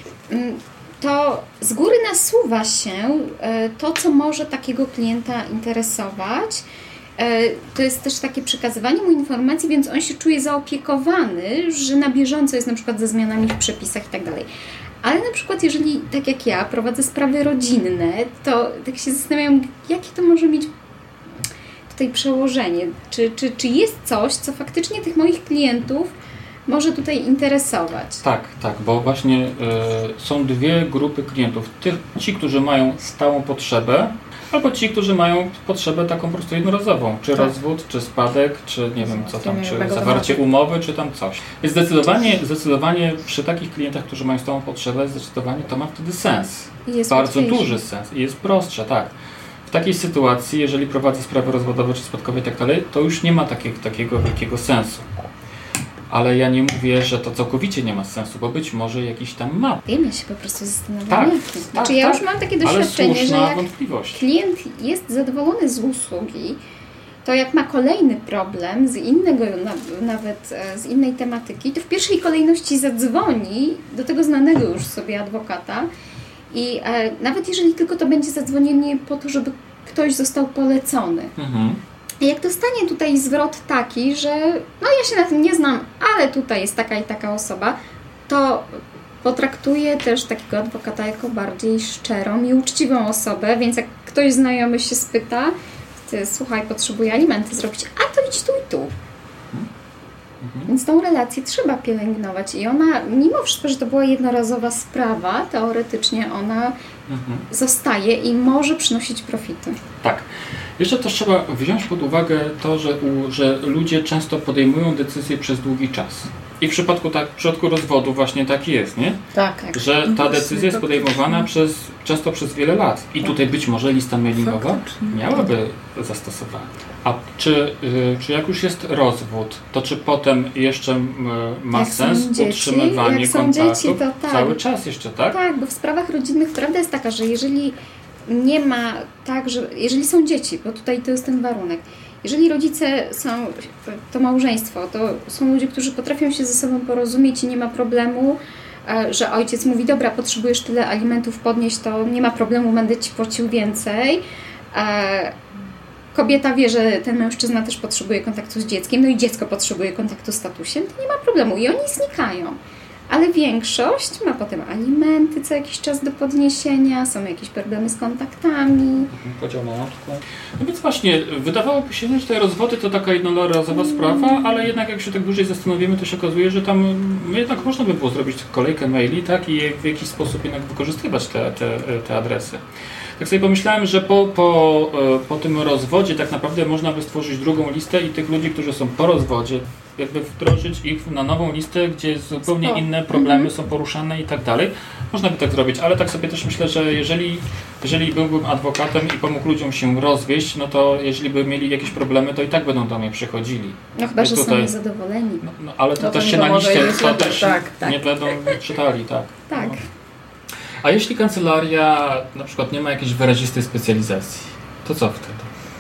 to z góry nasuwa się to, co może takiego klienta interesować. To jest też takie przekazywanie mu informacji, więc on się czuje zaopiekowany, że na bieżąco jest na przykład ze zmianami w przepisach i tak dalej. Ale na przykład jeżeli, tak jak ja, prowadzę sprawy rodzinne, to tak się zastanawiam, jakie to może mieć tutaj przełożenie. Czy, czy, czy jest coś, co faktycznie tych moich klientów może tutaj interesować? Tak, tak, bo właśnie y, są dwie grupy klientów. Tych, ci, którzy mają stałą potrzebę, albo ci, którzy mają potrzebę taką po prostu jednorazową. Czy tak. rozwód, czy spadek, czy nie wiem co tam, czy zawarcie umowy, czy tam coś. Więc zdecydowanie, zdecydowanie przy takich klientach, którzy mają stałą potrzebę, zdecydowanie to ma wtedy sens. Jest bardzo łatwiejszy. duży sens i jest prostsze, tak. W takiej sytuacji, jeżeli prowadzę sprawy rozwodowe, czy spadkowe i tak dalej, to już nie ma takiego, takiego wielkiego sensu. Ale ja nie mówię, że to całkowicie nie ma sensu, bo być może jakiś tam ma. Wiem, ja się po prostu zastanawiam. Tak, znaczy tak, ja tak, już mam takie doświadczenie, że jak wątpliwość. klient jest zadowolony z usługi, to jak ma kolejny problem z innego, nawet z innej tematyki, to w pierwszej kolejności zadzwoni do tego znanego już sobie adwokata i e, nawet jeżeli tylko to będzie zadzwonienie po to, żeby ktoś został polecony. Mhm. Jak dostanie tutaj zwrot taki, że no ja się na tym nie znam, ale tutaj jest taka i taka osoba, to potraktuję też takiego adwokata jako bardziej szczerą i uczciwą osobę, więc jak ktoś znajomy się spyta, ty słuchaj, potrzebuję alimenty zrobić, a to idź tu i tu. Mhm. Więc tą relację trzeba pielęgnować i ona, mimo wszystko, że to była jednorazowa sprawa, teoretycznie ona mhm. zostaje i może przynosić profity. Tak. Jeszcze też trzeba wziąć pod uwagę to, że, u, że ludzie często podejmują decyzje przez długi czas. I w przypadku, tak, w przypadku rozwodu właśnie tak jest, nie? Tak, tak. Że ta decyzja jest podejmowana przez, często przez wiele lat. I tutaj być może lista mailingowa miałaby zastosowanie. A czy, y, czy jak już jest rozwód, to czy potem jeszcze y, ma jak sens dzieci, utrzymywanie jak są kontaktu? Dzieci, to tak. Cały czas jeszcze, tak? Tak, bo w sprawach rodzinnych prawda jest taka, że jeżeli nie ma tak, że jeżeli są dzieci, bo tutaj to jest ten warunek, jeżeli rodzice są, to małżeństwo, to są ludzie, którzy potrafią się ze sobą porozumieć i nie ma problemu, że ojciec mówi, dobra, potrzebujesz tyle alimentów podnieść, to nie ma problemu, będę ci płacił więcej. Kobieta wie, że ten mężczyzna też potrzebuje kontaktu z dzieckiem, no i dziecko potrzebuje kontaktu z tatusiem, to nie ma problemu i oni znikają. Ale większość ma potem alimenty co jakiś czas do podniesienia, są jakieś problemy z kontaktami. Podział majątku. No więc właśnie, wydawałoby się, że te rozwody to taka jednorazowa sprawa, ale jednak jak się tak dłużej zastanowimy, to się okazuje, że tam jednak można by było zrobić kolejkę maili, tak, i w jakiś sposób jednak wykorzystywać te, te, te adresy. Tak sobie pomyślałem, że po, po, po tym rozwodzie tak naprawdę można by stworzyć drugą listę i tych ludzi, którzy są po rozwodzie, jakby wdrożyć ich na nową listę, gdzie zupełnie Spoko. inne problemy mm-hmm. są poruszane i tak dalej. Można by tak zrobić, ale tak sobie też myślę, że jeżeli, jeżeli byłbym adwokatem i pomógł ludziom się rozwieść, no to jeżeli by mieli jakieś problemy, to i tak będą do mnie przychodzili. No chyba, że tutaj, są niezadowoleni. No, no, ale to, no, też się na liście to też tak, tak. nie będą czytali, tak. Tak. No. A jeśli kancelaria na przykład nie ma jakiejś wyrazistej specjalizacji, to co wtedy?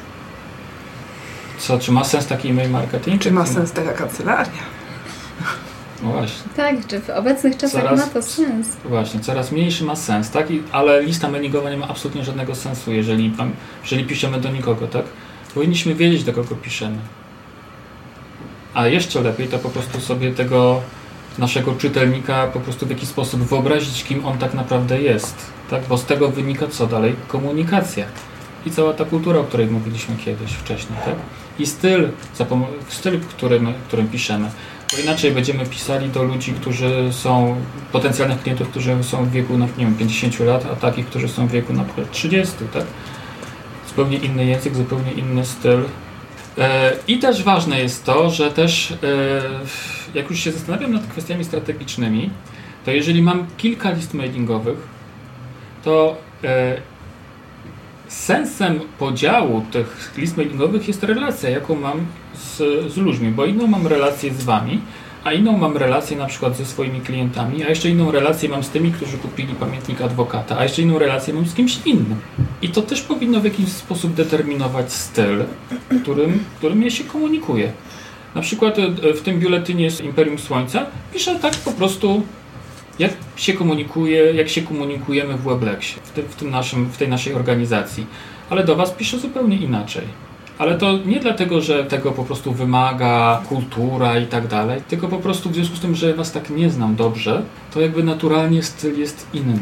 Co, czy ma sens taki e-mail marketing? Czy ma sens taka kancelaria? No właśnie. Tak, czy w obecnych czasach coraz, ma to sens? Właśnie, coraz mniejszy ma sens, tak? I, ale lista mailingowa nie ma absolutnie żadnego sensu, jeżeli, jeżeli piszemy do nikogo, tak? Powinniśmy wiedzieć, do kogo piszemy. A jeszcze lepiej to po prostu sobie tego naszego czytelnika po prostu w jakiś sposób wyobrazić, kim on tak naprawdę jest, tak? Bo z tego wynika co dalej? Komunikacja. I cała ta kultura, o której mówiliśmy kiedyś wcześniej, tak? I styl, styl w którym, którym piszemy. Bo inaczej będziemy pisali do ludzi, którzy są, potencjalnych klientów, którzy są w wieku, nie wiem, pięćdziesięciu lat, a takich, którzy są w wieku na przykład trzydziestu, tak? Zupełnie inny język, zupełnie inny styl. I też ważne jest to, że też jak już się zastanawiam nad kwestiami strategicznymi, to jeżeli mam kilka list mailingowych, to sensem podziału tych list mailingowych jest relacja, jaką mam z, z ludźmi, bo inną mam relację z wami, a inną mam relację na przykład ze swoimi klientami, a jeszcze inną relację mam z tymi, którzy kupili pamiętnik adwokata, a jeszcze inną relację mam z kimś innym. I to też powinno w jakiś sposób determinować styl, którym, którym ja się komunikuję. Na przykład w tym biuletynie z Imperium Słońca piszę tak po prostu, jak się komunikuje, jak się komunikujemy w Weblexie, w, tym, w, tym naszym, w tej naszej organizacji. Ale do was piszę zupełnie inaczej. Ale to nie dlatego, że tego po prostu wymaga kultura i tak dalej, tylko po prostu w związku z tym, że was tak nie znam dobrze, to jakby naturalnie styl jest inny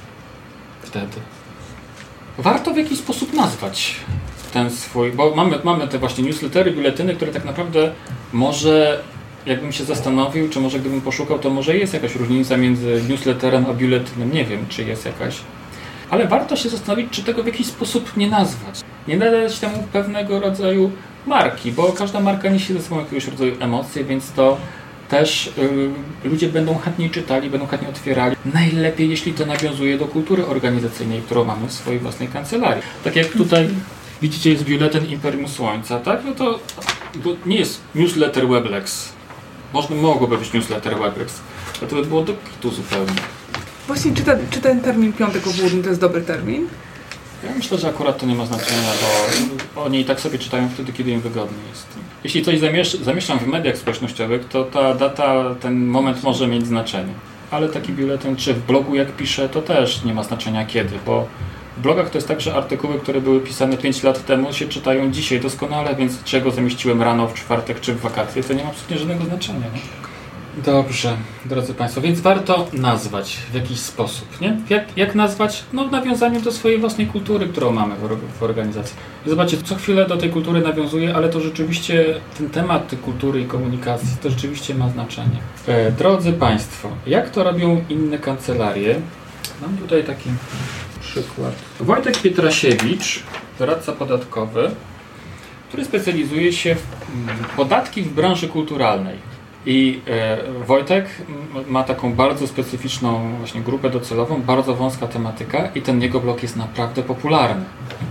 wtedy. Warto w jakiś sposób nazwać ten swój, bo mamy, mamy te właśnie newslettery, biuletyny, które tak naprawdę może, jakbym się zastanowił, czy może gdybym poszukał, to może jest jakaś różnica między newsletterem a biuletynem, nie wiem, czy jest jakaś. Ale warto się zastanowić, czy tego w jakiś sposób nie nazwać. Nie nadać temu pewnego rodzaju marki, bo każda marka niesie ze sobą jakiegoś rodzaju emocje, więc to też y, ludzie będą chętniej czytali, będą chętniej otwierali. Najlepiej, jeśli to nawiązuje do kultury organizacyjnej, którą mamy w swojej własnej kancelarii. Tak jak tutaj widzicie, jest biuletyn Imperium Słońca, tak? No to, to nie jest newsletter Weblex. Można, mogłoby być newsletter Weblex, ale to by było do kitu zupełnie. Właśnie, czy ten, czy ten termin piątek o południu to jest dobry termin? Ja myślę, że akurat to nie ma znaczenia, bo oni i tak sobie czytają wtedy, kiedy im wygodnie jest. Jeśli coś zamiesz- zamieszczam w mediach społecznościowych, to ta data, ten moment może mieć znaczenie. Ale taki biuletyn, czy w blogu jak piszę, to też nie ma znaczenia kiedy, bo w blogach to jest tak, że artykuły, które były pisane pięć lat temu, się czytają dzisiaj doskonale, więc czego zamieściłem rano, w czwartek czy w wakacje, to nie ma absolutnie żadnego znaczenia. Nie? Dobrze, drodzy Państwo, więc warto nazwać w jakiś sposób, nie? Jak, jak nazwać? No w nawiązaniu do swojej własnej kultury, którą mamy w, w organizacji. I zobaczcie, co chwilę do tej kultury nawiązuje, ale to rzeczywiście ten temat tej kultury i komunikacji to rzeczywiście ma znaczenie. E, drodzy Państwo, jak to robią inne kancelarie? Mam tutaj taki przykład. Wojtek Pietrasiewicz, doradca podatkowy, który specjalizuje się w podatki w branży kulturalnej. I e, Wojtek ma taką bardzo specyficzną właśnie grupę docelową, bardzo wąska tematyka i ten jego blog jest naprawdę popularny.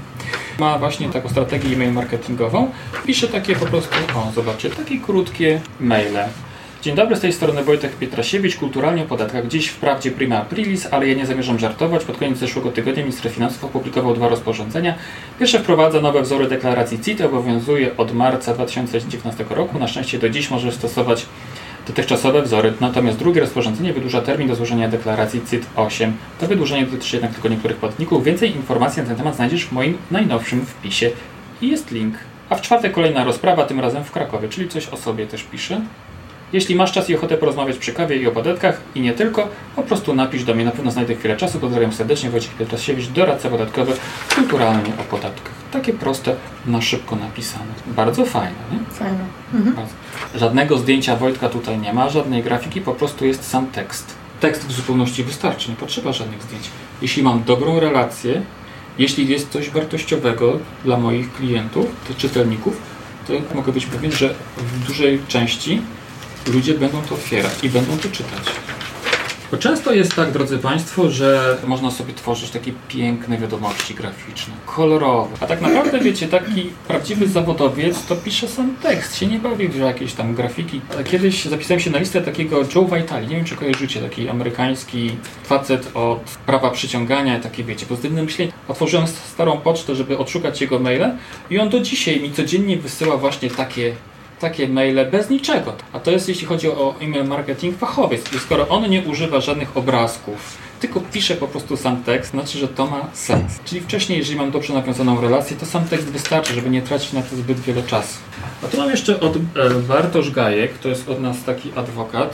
Ma właśnie taką strategię e-mail marketingową, pisze takie po prostu, o zobaczcie, takie krótkie maile. Dzień dobry, z tej strony Wojtek Pietrasiewicz, kulturalnie o podatkach. Dziś wprawdzie prima aprilis, ale ja nie zamierzam żartować. Pod koniec zeszłego tygodnia minister finansów opublikował dwa rozporządzenia. Pierwsze wprowadza nowe wzory deklaracji C I T, obowiązuje od marca dwa tysiące dziewiętnastego roku. Na szczęście do dziś może stosować dotychczasowe wzory, natomiast drugie rozporządzenie wydłuża termin do złożenia deklaracji C I T osiem. To wydłużenie dotyczy jednak tylko niektórych podatników. Więcej informacji na ten temat znajdziesz w moim najnowszym wpisie i jest link. A w czwartek kolejna rozprawa, tym razem w Krakowie, czyli coś o sobie też piszę. Jeśli masz czas i ochotę porozmawiać przy kawie i o podatkach i nie tylko, po prostu napisz do mnie, na pewno znajdę chwilę czasu. Pozdrawiam serdecznie, Wojciech Pietrasiewicz, doradca podatkowy, kulturalnie o podatkach. Takie proste, na szybko napisane. Bardzo fajne, nie? Fajne. Mhm. Żadnego zdjęcia Wojtka tutaj nie ma, żadnej grafiki, po prostu jest sam tekst. Tekst w zupełności wystarczy, nie potrzeba żadnych zdjęć. Jeśli mam dobrą relację, jeśli jest coś wartościowego dla moich klientów, czytelników, to mogę być pewien, że w dużej części ludzie będą to otwierać i będą to czytać. Bo często jest tak, drodzy Państwo, że można sobie tworzyć takie piękne wiadomości graficzne, kolorowe. A tak naprawdę, wiecie, taki prawdziwy zawodowiec to pisze sam tekst, się nie bawi w jakieś tam grafiki. Kiedyś zapisałem się na listę takiego Joe Vitale, nie wiem czy kojarzycie, taki amerykański facet od prawa przyciągania, takie wiecie, pozytywne myślenie. Otworzyłem starą pocztę, żeby odszukać jego maile i on do dzisiaj mi codziennie wysyła właśnie takie takie maile bez niczego. A to jest, jeśli chodzi o e-mail marketing, fachowiec. I skoro on nie używa żadnych obrazków, tylko pisze po prostu sam tekst, znaczy, że to ma sens. Czyli wcześniej, jeżeli mam dobrze nawiązaną relację, to sam tekst wystarczy, żeby nie tracić na to zbyt wiele czasu. A tu mam jeszcze od e, Bartosz Gajek, to jest od nas taki adwokat.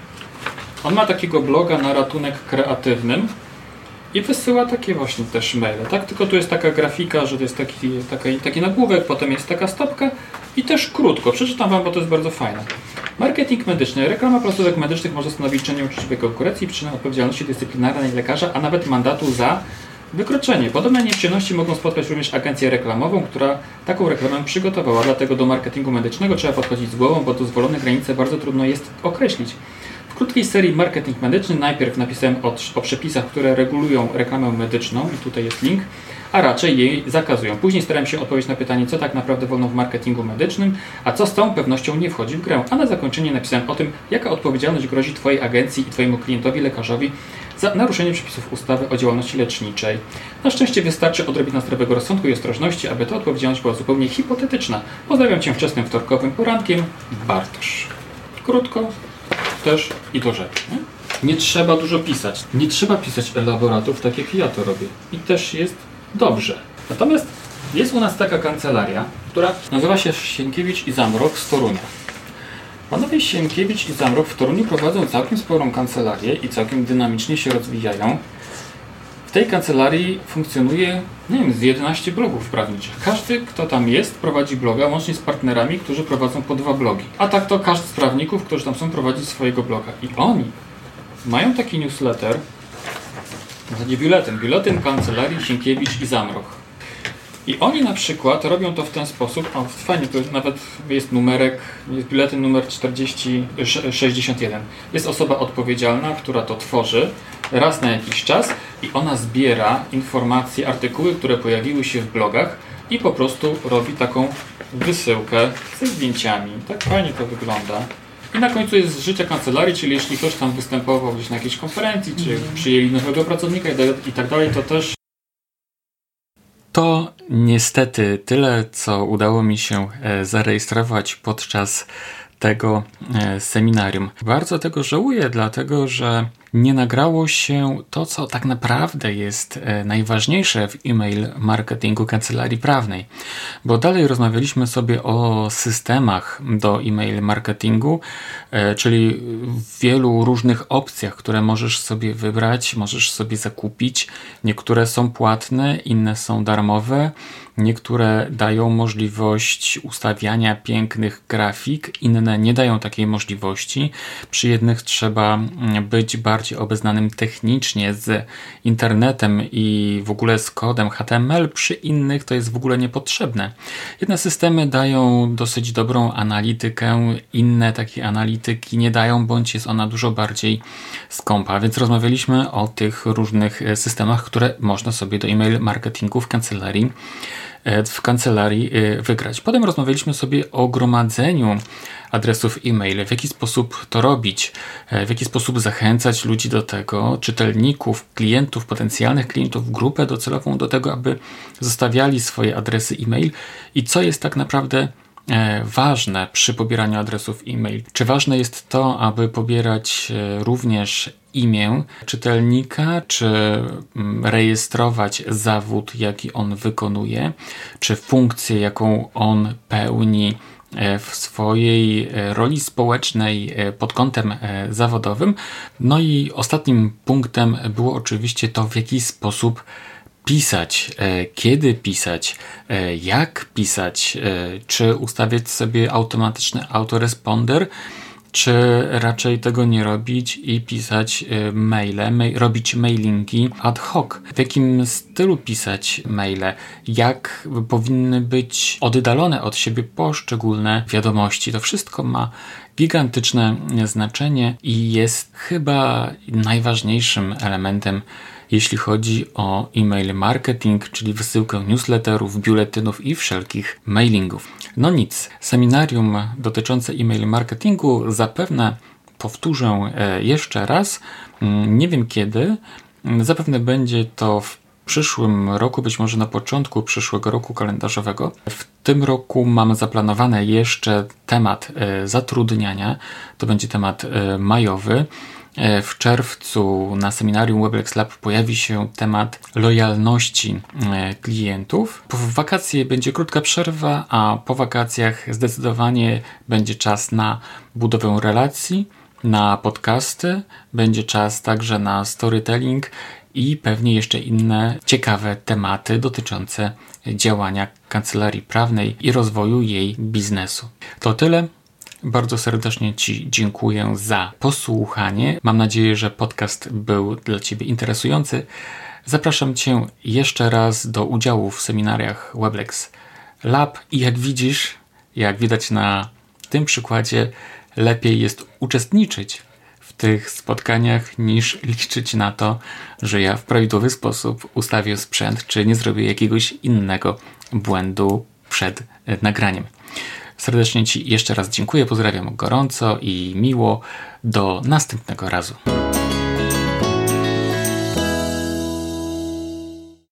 On ma takiego bloga na ratunek kreatywnym i wysyła takie właśnie też maile, tak? Tylko tu jest taka grafika, że to jest taki, taki, taki nagłówek, potem jest taka stopka i też krótko. Przeczytam Wam, bo to jest bardzo fajne. Marketing medyczny. Reklama placówek medycznych może stanowić czynnik uczciwej konkurencji, przyczyną odpowiedzialności dyscyplinarnej lekarza, a nawet mandatu za wykroczenie. Podobne nieprzyjemności mogą spotkać również agencję reklamową, która taką reklamę przygotowała. Dlatego do marketingu medycznego trzeba podchodzić z głową, bo dozwolone granice bardzo trudno jest określić. W krótkiej serii Marketing Medyczny najpierw napisałem o, o przepisach, które regulują reklamę medyczną i tutaj jest link, a raczej jej zakazują. Później starałem się odpowiedzieć na pytanie, co tak naprawdę wolno w marketingu medycznym, a co z całą pewnością nie wchodzi w grę. A na zakończenie napisałem o tym, jaka odpowiedzialność grozi Twojej agencji i Twojemu klientowi, lekarzowi za naruszenie przepisów ustawy o działalności leczniczej. Na szczęście wystarczy odrobina zdrowego rozsądku i ostrożności, aby ta odpowiedzialność była zupełnie hipotetyczna. Pozdrawiam Cię wczesnym wtorkowym porankiem. Bartosz. Krótko też i do rzeczy. Nie? Nie trzeba dużo pisać. Nie trzeba pisać elaboratów, tak jak ja to robię. I też jest dobrze. Natomiast jest u nas taka kancelaria, która nazywa się Sienkiewicz i Zamroch z Torunia. Panowie Sienkiewicz i Zamroch w Toruniu prowadzą całkiem sporą kancelarię i całkiem dynamicznie się rozwijają. W tej kancelarii funkcjonuje, nie wiem, z jedenaście blogów prawniczych. Każdy, kto tam jest, prowadzi bloga, łącznie z partnerami, którzy prowadzą po dwa blogi. A tak to każdy z prawników, którzy tam są, prowadzi swojego bloga. I oni mają taki newsletter, w zasadzie biuletyn, biuletyn kancelarii Sienkiewicz i Zamroch. I oni na przykład robią to w ten sposób, o fajnie, to nawet jest numerek, jest biuletyn numer czterdzieści sześćdziesiąt jeden. Jest osoba odpowiedzialna, która to tworzy raz na jakiś czas i ona zbiera informacje, artykuły, które pojawiły się w blogach i po prostu robi taką wysyłkę ze zdjęciami. Tak fajnie to wygląda. I na końcu jest życie kancelarii, czyli jeśli ktoś tam występował gdzieś na jakiejś konferencji, czy przyjęli nowego pracownika i tak dalej, to też. To niestety tyle, co udało mi się zarejestrować podczas tego seminarium. Bardzo tego żałuję, dlatego że nie nagrało się to, co tak naprawdę jest najważniejsze w e-mail marketingu kancelarii prawnej. Bo dalej rozmawialiśmy sobie o systemach do e-mail marketingu, czyli w wielu różnych opcjach, które możesz sobie wybrać, możesz sobie zakupić. Niektóre są płatne, inne są darmowe. Niektóre dają możliwość ustawiania pięknych grafik, inne nie dają takiej możliwości. Przy jednych trzeba być bardziej obeznanym technicznie z internetem i w ogóle z kodem H T M L, przy innych to jest w ogóle niepotrzebne. Jedne systemy dają dosyć dobrą analitykę, inne takie analityki nie dają, bądź jest ona dużo bardziej skąpa, więc rozmawialiśmy o tych różnych systemach, które można sobie do e-mail marketingu w kancelarii w kancelarii wygrać. Potem rozmawialiśmy sobie o gromadzeniu adresów e-mail, w jaki sposób to robić, w jaki sposób zachęcać ludzi do tego, czytelników, klientów, potencjalnych klientów, grupę docelową do tego, aby zostawiali swoje adresy e-mail i co jest tak naprawdę ważne przy pobieraniu adresów e-mail? Czy ważne jest to, aby pobierać również imię czytelnika, czy rejestrować zawód, jaki on wykonuje, czy funkcję, jaką on pełni w swojej roli społecznej pod kątem zawodowym? No i ostatnim punktem było oczywiście to, w jaki sposób pisać, kiedy pisać, jak pisać, czy ustawiać sobie automatyczny autoresponder, czy raczej tego nie robić i pisać maile, ma- robić mailingi ad hoc. W jakim stylu pisać maile, jak powinny być oddalone od siebie poszczególne wiadomości. To wszystko ma gigantyczne znaczenie i jest chyba najważniejszym elementem, jeśli chodzi o e-mail marketing, czyli wysyłkę newsletterów, biuletynów i wszelkich mailingów. No nic, seminarium dotyczące e-mail marketingu zapewne powtórzę jeszcze raz, nie wiem kiedy, zapewne będzie to w przyszłym roku, być może na początku przyszłego roku kalendarzowego. W tym roku mamy zaplanowane jeszcze temat zatrudniania, to będzie temat majowy. W czerwcu na seminarium Weblex Lab pojawi się temat lojalności klientów. W wakacje będzie krótka przerwa, a po wakacjach zdecydowanie będzie czas na budowę relacji, na podcasty, będzie czas także na storytelling i pewnie jeszcze inne ciekawe tematy dotyczące działania kancelarii prawnej i rozwoju jej biznesu. To tyle. Bardzo serdecznie Ci dziękuję za posłuchanie. Mam nadzieję, że podcast był dla Ciebie interesujący. Zapraszam Cię jeszcze raz do udziału w seminariach Weblex Lab i jak widzisz, jak widać na tym przykładzie, lepiej jest uczestniczyć w tych spotkaniach niż liczyć na to, że ja w prawidłowy sposób ustawię sprzęt, czy nie zrobię jakiegoś innego błędu przed nagraniem. Serdecznie Ci jeszcze raz dziękuję, pozdrawiam gorąco i miło. Do następnego razu.